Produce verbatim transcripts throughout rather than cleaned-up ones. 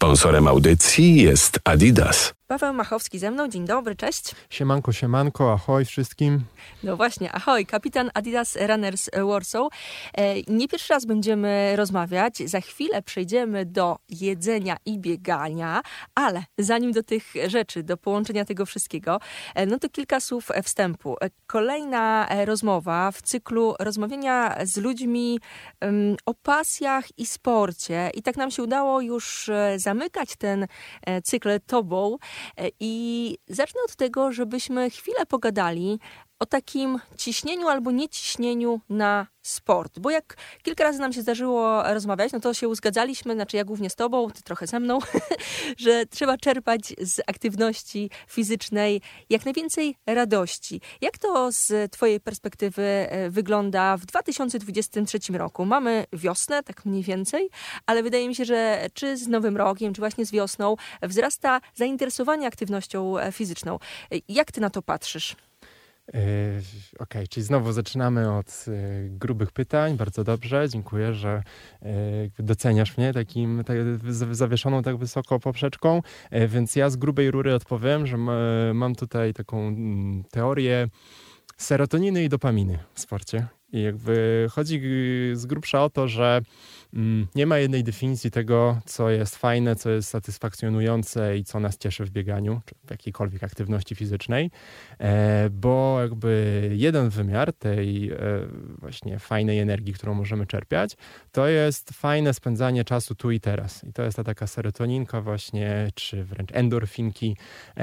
Sponsorem audycji jest Adidas. Paweł Machowski ze mną. Dzień dobry, cześć. Siemanko, siemanko, ahoj wszystkim. No właśnie, ahoj, kapitan Adidas Runners Warsaw. Nie pierwszy raz będziemy rozmawiać. Za chwilę przejdziemy do jedzenia i biegania, ale zanim do tych rzeczy, do połączenia tego wszystkiego, no to kilka słów wstępu. Kolejna rozmowa w cyklu rozmawiania z ludźmi um, o pasjach i sporcie. I tak nam się udało już zamykać ten cykl tobą. I zacznę od tego, żebyśmy chwilę pogadali o takim ciśnieniu albo nieciśnieniu na sport. Bo jak kilka razy nam się zdarzyło rozmawiać, no to się uzgadzaliśmy, znaczy ja głównie z tobą, ty trochę ze mną, że trzeba czerpać z aktywności fizycznej jak najwięcej radości. Jak to z twojej perspektywy wygląda w dwa tysiące dwudziestym trzecim roku? Mamy wiosnę, tak mniej więcej, ale wydaje mi się, że czy z Nowym Rokiem, czy właśnie z wiosną wzrasta zainteresowanie aktywnością fizyczną. Jak ty na to patrzysz? Okej, okay, czyli znowu zaczynamy od y, grubych pytań. Bardzo dobrze, dziękuję, że y, doceniasz mnie takim tak, zawieszoną tak wysoko poprzeczką. Y, więc ja z grubej rury odpowiem, że ma, mam tutaj taką mm, teorię serotoniny i dopaminy w sporcie. I jakby chodzi z grubsza o to, że mm, nie ma jednej definicji tego, co jest fajne, co jest satysfakcjonujące i co nas cieszy w bieganiu, czy w jakiejkolwiek aktywności fizycznej, e, bo jakby jeden wymiar tej e, właśnie fajnej energii, którą możemy czerpiać, to jest fajne spędzanie czasu tu i teraz. I to jest ta taka serotoninka właśnie, czy wręcz endorfinki,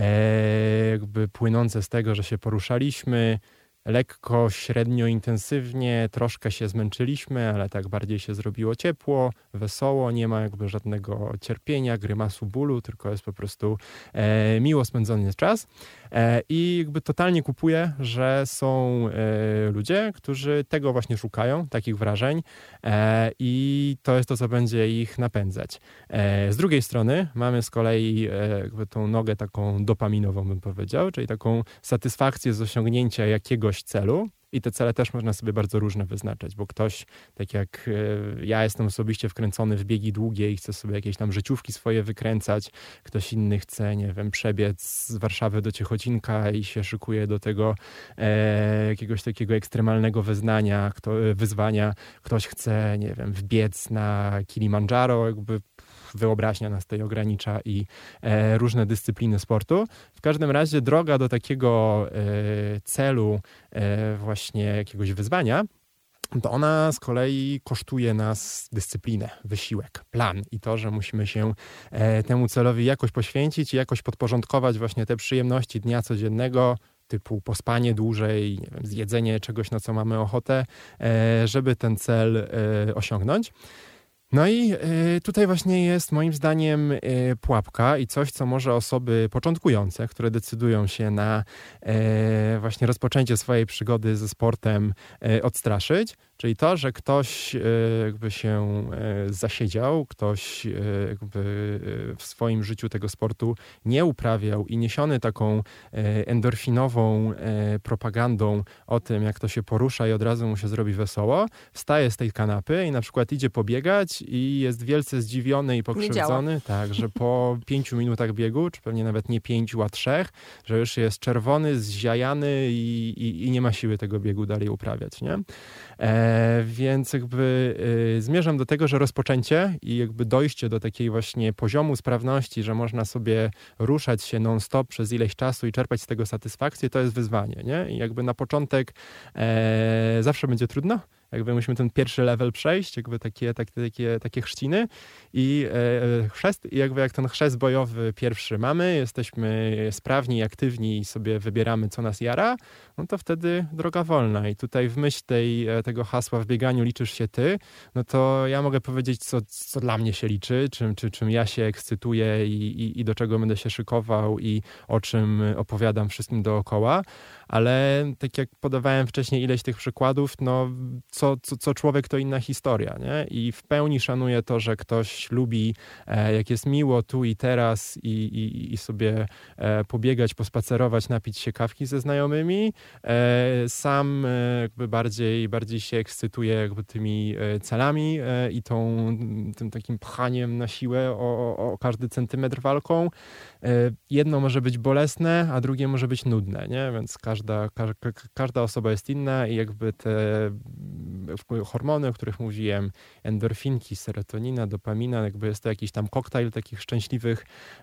e, jakby płynące z tego, że się poruszaliśmy, lekko, średnio, intensywnie, troszkę się zmęczyliśmy, ale tak bardziej się zrobiło ciepło, wesoło, nie ma jakby żadnego cierpienia, grymasu bólu, tylko jest po prostu e, miło spędzony czas. E, I jakby totalnie kupuję, że są e, ludzie, którzy tego właśnie szukają, takich wrażeń e, i to jest to, co będzie ich napędzać. E, z drugiej strony mamy z kolei e, jakby tą nogę taką dopaminową, bym powiedział, czyli taką satysfakcję z osiągnięcia jakiegoś celu. I te cele też można sobie bardzo różne wyznaczać, bo ktoś, tak jak ja jestem osobiście wkręcony w biegi długie i chce sobie jakieś tam życiówki swoje wykręcać, ktoś inny chce, nie wiem, przebiec z Warszawy do Ciechocinka i się szykuje do tego e, jakiegoś takiego ekstremalnego wyznania, kto, wyzwania. Ktoś chce, nie wiem, wbiec na Kilimandżaro, jakby wyobraźnia nas tutaj ogranicza i e, różne dyscypliny sportu. W każdym razie droga do takiego e, celu e, właśnie jakiegoś wyzwania, to ona z kolei kosztuje nas dyscyplinę, wysiłek, plan i to, że musimy się e, temu celowi jakoś poświęcić i jakoś podporządkować właśnie te przyjemności dnia codziennego, typu pospanie dłużej, nie wiem, zjedzenie czegoś, na co mamy ochotę, e, żeby ten cel e, osiągnąć. No i y, tutaj właśnie jest moim zdaniem y, pułapka i coś, co może osoby początkujące, które decydują się na y, właśnie rozpoczęcie swojej przygody ze sportem y, odstraszyć, czyli to, że ktoś y, jakby się y, zasiedział, ktoś y, jakby y, w swoim życiu tego sportu nie uprawiał i niesiony taką y, endorfinową y, propagandą o tym, jak to się porusza i od razu mu się zrobi wesoło, wstaje z tej kanapy i na przykład idzie pobiegać i jest wielce zdziwiony i pokrzywdzony, tak, że po pięciu minutach biegu, czy pewnie nawet nie pięciu, a trzech, że już jest czerwony, zziajany i, i, i nie ma siły tego biegu dalej uprawiać, nie? E, więc jakby y, zmierzam do tego, że rozpoczęcie i jakby dojście do takiej właśnie poziomu sprawności, że można sobie ruszać się non-stop przez ileś czasu i czerpać z tego satysfakcję, to jest wyzwanie, nie? I jakby na początek e, zawsze będzie trudno, jakby musimy ten pierwszy level przejść, jakby takie, takie, takie, takie chrzciny i e, chrzest, i jakby jak ten chrzest bojowy pierwszy mamy, jesteśmy sprawni i aktywni i sobie wybieramy, co nas jara, no to wtedy droga wolna i tutaj w myśl tej, tego hasła w bieganiu liczysz się ty, no to ja mogę powiedzieć, co, co dla mnie się liczy, czym, czy, czym ja się ekscytuję i, i, i do czego będę się szykował i o czym opowiadam wszystkim dookoła, ale tak jak podawałem wcześniej ileś tych przykładów, no co, co, co człowiek, to inna historia, nie? I w pełni szanuję to, że ktoś lubi, e, jak jest miło tu i teraz i, i, i sobie e, pobiegać, pospacerować, napić się kawki ze znajomymi. E, sam e, jakby bardziej, bardziej się ekscytuję jakby tymi e, celami e, i tą, tym takim pchaniem na siłę o, o, o każdy centymetr walką. E, jedno może być bolesne, a drugie może być nudne, nie? Więc każda, ka, każda osoba jest inna i jakby te hormony, o których mówiłem, endorfinki, serotonina, dopamina, jakby jest to jakiś tam koktajl takich szczęśliwych,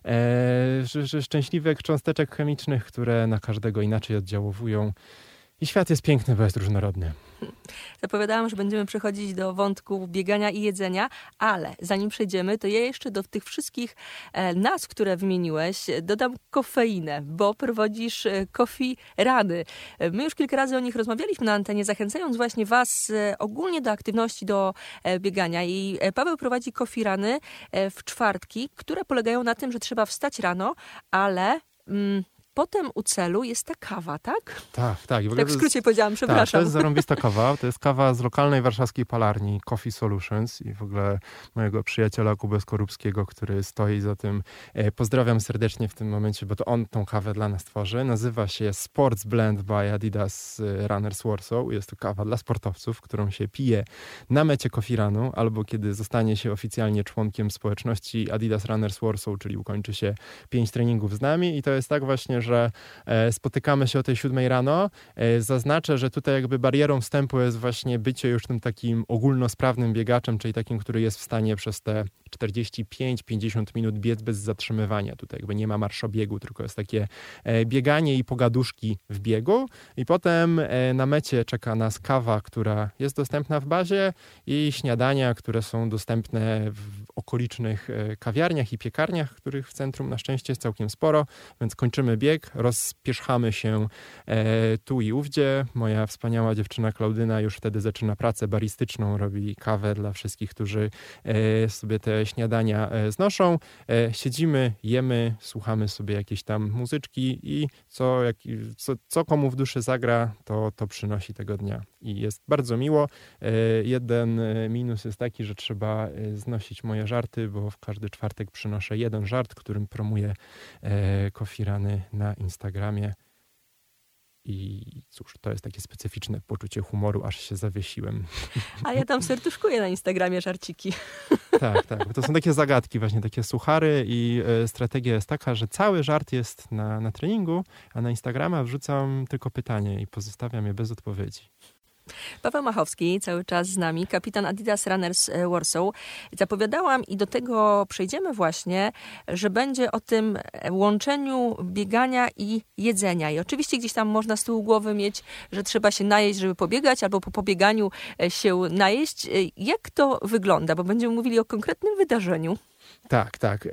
e, szczęśliwych cząsteczek chemicznych, które na każdego inaczej oddziałowują. I świat jest piękny, bo jest różnorodny. Zapowiadałam, że będziemy przechodzić do wątku biegania i jedzenia, ale zanim przejdziemy, to ja jeszcze do tych wszystkich nazw, które wymieniłeś, dodam kofeinę, bo prowadzisz Coffee Runy. My już kilka razy o nich rozmawialiśmy na antenie, zachęcając właśnie was ogólnie do aktywności, do biegania. I Paweł prowadzi Coffee Runy w czwartki, które polegają na tym, że trzeba wstać rano, ale... Mm, potem u celu jest ta kawa, tak? Tak, tak. I w ogóle tak w skrócie jest, powiedziałam, przepraszam. Tak, to jest zarąbista kawa. To jest kawa z lokalnej warszawskiej palarni Coffee Solutions i w ogóle mojego przyjaciela Kubę Skorupskiego, który stoi za tym. Pozdrawiam serdecznie w tym momencie, bo to on tą kawę dla nas tworzy. Nazywa się Sports Blend by Adidas Runners Warsaw. Jest to kawa dla sportowców, którą się pije na mecie Coffee Runu albo kiedy zostanie się oficjalnie członkiem społeczności Adidas Runners Warsaw, czyli ukończy się pięć treningów z nami i to jest tak właśnie, że spotykamy się o tej siódmej rano. Zaznaczę, że tutaj jakby barierą wstępu jest właśnie bycie już tym takim ogólnosprawnym biegaczem, czyli takim, który jest w stanie przez te czterdzieści pięć pięćdziesiąt minut biec bez zatrzymywania. Tutaj jakby nie ma marszobiegu, tylko jest takie bieganie i pogaduszki w biegu. I potem na mecie czeka nas kawa, która jest dostępna w bazie i śniadania, które są dostępne w okolicznych kawiarniach i piekarniach, których w centrum na szczęście jest całkiem sporo, więc kończymy bieg, rozpierzchamy się tu i ówdzie. Moja wspaniała dziewczyna Klaudyna już wtedy zaczyna pracę baristyczną, robi kawę dla wszystkich, którzy sobie te śniadania znoszą. Siedzimy, jemy, słuchamy sobie jakieś tam muzyczki i co, jak, co, co komu w duszy zagra, to, to przynosi tego dnia. I jest bardzo miło. Jeden minus jest taki, że trzeba znosić moje żarty, bo w każdy czwartek przynoszę jeden żart, którym promuję Coffee Runy na Instagramie. I cóż, to jest takie specyficzne poczucie humoru, aż się zawiesiłem. A ja tam serduszkuję na Instagramie żarciki. Tak, tak. To są takie zagadki, właśnie takie suchary i y, strategia jest taka, że cały żart jest na, na treningu, a na Instagrama wrzucam tylko pytanie i pozostawiam je bez odpowiedzi. Paweł Machowski cały czas z nami, kapitan Adidas Runners Warsaw. Zapowiadałam i do tego przejdziemy właśnie, że będzie o tym łączeniu biegania i jedzenia. I oczywiście gdzieś tam można z tyłu głowy mieć, że trzeba się najeść, żeby pobiegać, albo po pobieganiu się najeść. Jak to wygląda? Bo będziemy mówili o konkretnym wydarzeniu. Tak, tak.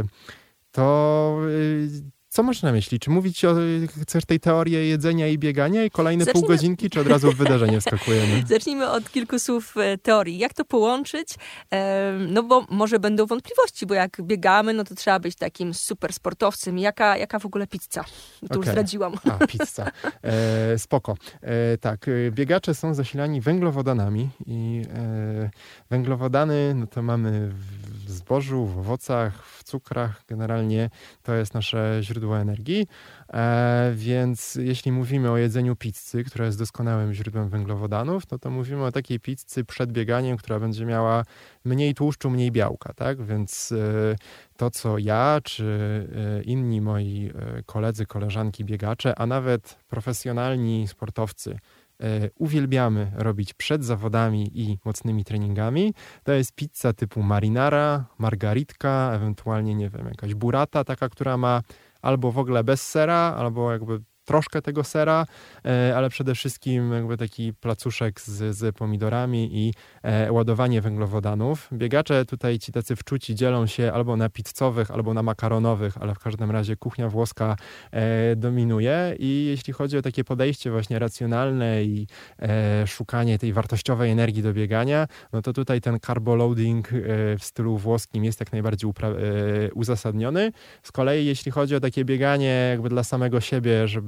To... Co masz na myśli? Czy mówić o, chcesz tej teorii jedzenia i biegania i kolejne Zacznijmy... pół godzinki, czy od razu w wydarzenie wskakujemy? Zacznijmy od kilku słów teorii. Jak to połączyć? No bo może będą wątpliwości, bo jak biegamy, no to trzeba być takim super sportowcem. Jaka, jaka w ogóle pizza? Tu okay. już zdradziłam. A, pizza. E, spoko. E, tak, biegacze są zasilani węglowodanami i e, węglowodany, no to mamy w zbożu, w owocach, w cukrach. Generalnie to jest nasze źródło energii, e, więc jeśli mówimy o jedzeniu pizzy, która jest doskonałym źródłem węglowodanów, no to mówimy o takiej pizzy przed bieganiem, która będzie miała mniej tłuszczu, mniej białka, tak? Więc e, to, co ja, czy e, inni moi e, koledzy, koleżanki biegacze, a nawet profesjonalni sportowcy uwielbiamy robić przed zawodami i mocnymi treningami, to jest pizza typu marinara, margaritka, ewentualnie, nie wiem, jakaś burrata, taka, która ma albo w ogóle bez sera, albo jakby troszkę tego sera, ale przede wszystkim jakby taki placuszek z, z pomidorami i e, ładowanie węglowodanów. Biegacze tutaj ci tacy wczuci dzielą się albo na pizzowych, albo na makaronowych, ale w każdym razie kuchnia włoska e, dominuje i jeśli chodzi o takie podejście właśnie racjonalne i e, szukanie tej wartościowej energii do biegania, no to tutaj ten carboloading e, w stylu włoskim jest jak najbardziej upra- e, uzasadniony. Z kolei jeśli chodzi o takie bieganie jakby dla samego siebie, żeby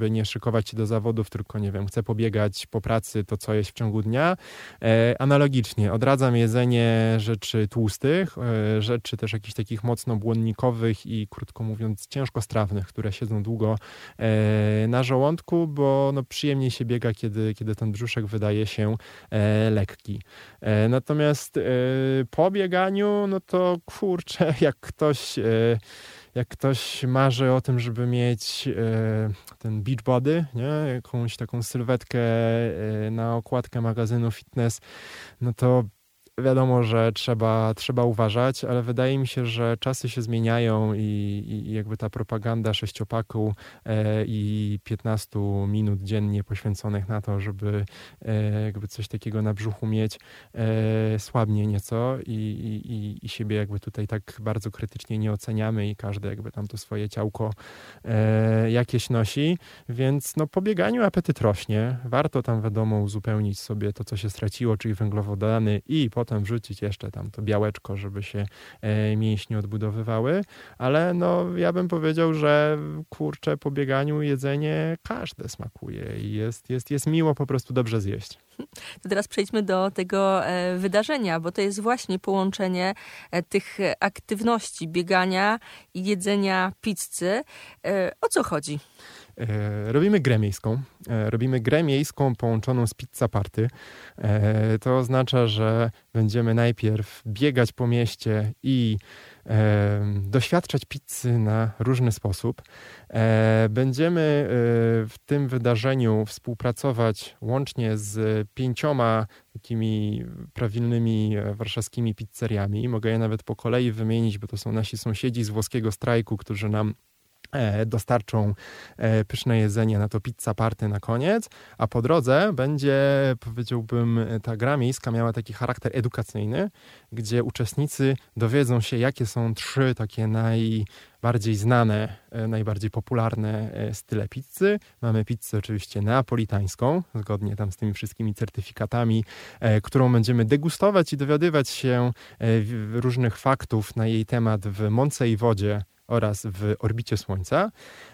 żeby nie szykować się do zawodów, tylko nie wiem, chcę pobiegać po pracy, to co jeść w ciągu dnia. E, analogicznie odradzam jedzenie rzeczy tłustych, e, rzeczy też jakichś takich mocno błonnikowych i krótko mówiąc ciężkostrawnych, które siedzą długo e, na żołądku, bo no, przyjemniej się biega, kiedy, kiedy ten brzuszek wydaje się e, lekki. E, natomiast e, po bieganiu, no to kurczę, jak ktoś, e, jak ktoś marzy o tym, żeby mieć e, ten beach body, nie? Jakąś taką sylwetkę e, na okładkę magazynu fitness, no to wiadomo, że trzeba, trzeba uważać, ale wydaje mi się, że czasy się zmieniają i, i jakby ta propaganda sześciopaku e, i piętnastu minut dziennie poświęconych na to, żeby e, jakby coś takiego na brzuchu mieć, e, słabnie nieco i, i, i siebie jakby tutaj tak bardzo krytycznie nie oceniamy i każdy jakby tam to swoje ciałko e, jakieś nosi, więc no po bieganiu apetyt rośnie. Warto tam wiadomo uzupełnić sobie to, co się straciło, czyli węglowodany i potem wrzucić jeszcze tam to białeczko, żeby się e, mięśnie odbudowywały, ale no ja bym powiedział, że kurczę, po bieganiu jedzenie każde smakuje i jest, jest, jest miło po prostu dobrze zjeść. To teraz przejdźmy do tego e, wydarzenia, bo to jest właśnie połączenie e, tych aktywności biegania i jedzenia pizzy. E, o co chodzi? Robimy grę miejską. Robimy grę miejską połączoną z pizza party. To oznacza, że będziemy najpierw biegać po mieście i doświadczać pizzy na różny sposób. Będziemy w tym wydarzeniu współpracować łącznie z pięcioma takimi prawilnymi warszawskimi pizzeriami. Mogę je nawet po kolei wymienić, bo to są nasi sąsiedzi z włoskiego strajku, którzy nam dostarczą pyszne jedzenie na to pizza party na koniec, a po drodze będzie, powiedziałbym, ta gra miejska miała taki charakter edukacyjny, gdzie uczestnicy dowiedzą się, jakie są trzy takie najbardziej znane, najbardziej popularne style pizzy. Mamy pizzę oczywiście neapolitańską, zgodnie tam z tymi wszystkimi certyfikatami, którą będziemy degustować i dowiadywać się różnych faktów na jej temat w mące i wodzie oraz w orbicie Słońca.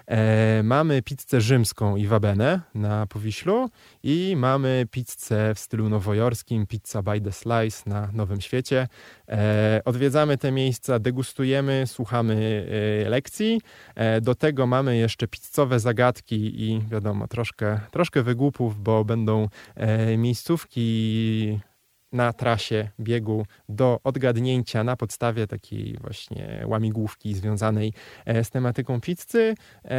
E, mamy pizzę rzymską i wabenę na Powiślu i mamy pizzę w stylu nowojorskim, pizza by the slice na Nowym Świecie. E, odwiedzamy te miejsca, degustujemy, słuchamy e, lekcji. E, do tego mamy jeszcze pizzowe zagadki i wiadomo, troszkę, troszkę wygłupów, bo będą e, miejscówki na trasie biegu do odgadnięcia na podstawie takiej właśnie łamigłówki związanej z tematyką pizzy.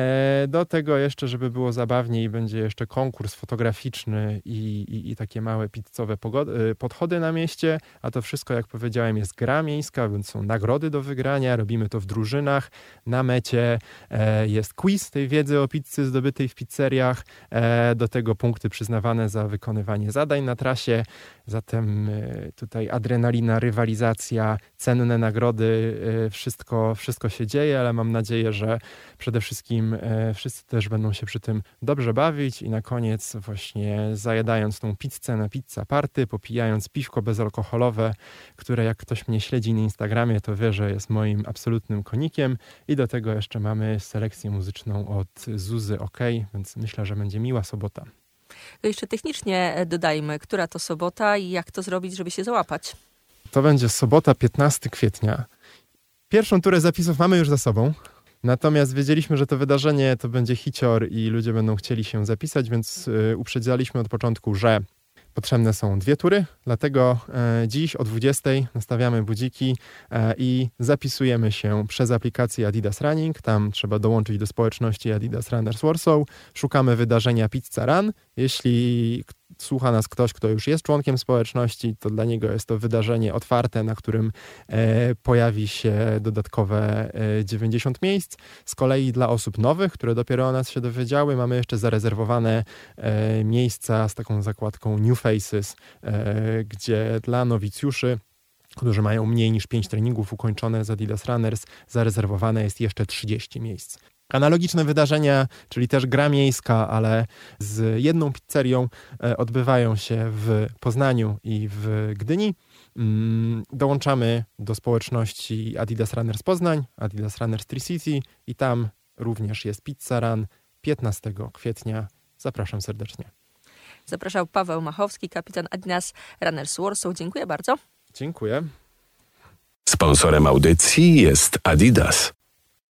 Do tego jeszcze, żeby było zabawniej, będzie jeszcze konkurs fotograficzny i, i, i takie małe pizzowe podchody na mieście, a to wszystko, jak powiedziałem, jest gra miejska, więc są nagrody do wygrania, robimy to w drużynach. Na mecie jest quiz tej wiedzy o pizzy zdobytej w pizzeriach, do tego punkty przyznawane za wykonywanie zadań na trasie, zatem tutaj adrenalina, rywalizacja, cenne nagrody, wszystko, wszystko się dzieje, ale mam nadzieję, że przede wszystkim wszyscy też będą się przy tym dobrze bawić i na koniec właśnie zajadając tą pizzę na pizza party, popijając piwko bezalkoholowe, które jak ktoś mnie śledzi na Instagramie, to wie, że jest moim absolutnym konikiem i do tego jeszcze mamy selekcję muzyczną od Zuzy OK, więc myślę, że będzie miła sobota. To jeszcze technicznie dodajmy, która to sobota i jak to zrobić, żeby się załapać. To będzie sobota piętnastego kwietnia. Pierwszą turę zapisów mamy już za sobą. Natomiast wiedzieliśmy, że to wydarzenie to będzie hicior i ludzie będą chcieli się zapisać, więc uprzedzaliśmy od początku, że potrzebne są dwie tury, dlatego e, dziś o dwudziestej nastawiamy budziki e, i zapisujemy się przez aplikację Adidas Running. Tam trzeba dołączyć do społeczności Adidas Runners Warsaw. Szukamy wydarzenia Pizza Run. Jeśli słucha nas ktoś, kto już jest członkiem społeczności, to dla niego jest to wydarzenie otwarte, na którym e, pojawi się dodatkowe e, dziewięćdziesiąt miejsc. Z kolei dla osób nowych, które dopiero o nas się dowiedziały, mamy jeszcze zarezerwowane e, miejsca z taką zakładką New Faces, e, gdzie dla nowicjuszy, którzy mają mniej niż pięć treningów ukończone z Adidas Runners, zarezerwowane jest jeszcze trzydzieści miejsc. Analogiczne wydarzenia, czyli też gra miejska, ale z jedną pizzerią, odbywają się w Poznaniu i w Gdyni. Dołączamy do społeczności Adidas Runners Poznań, Adidas Runners Tri-City i tam również jest Pizza Run, piętnastego kwietnia. Zapraszam serdecznie. Zapraszał Paweł Machowski, kapitan Adidas Runners Warsaw. Dziękuję bardzo. Dziękuję. Sponsorem audycji jest Adidas.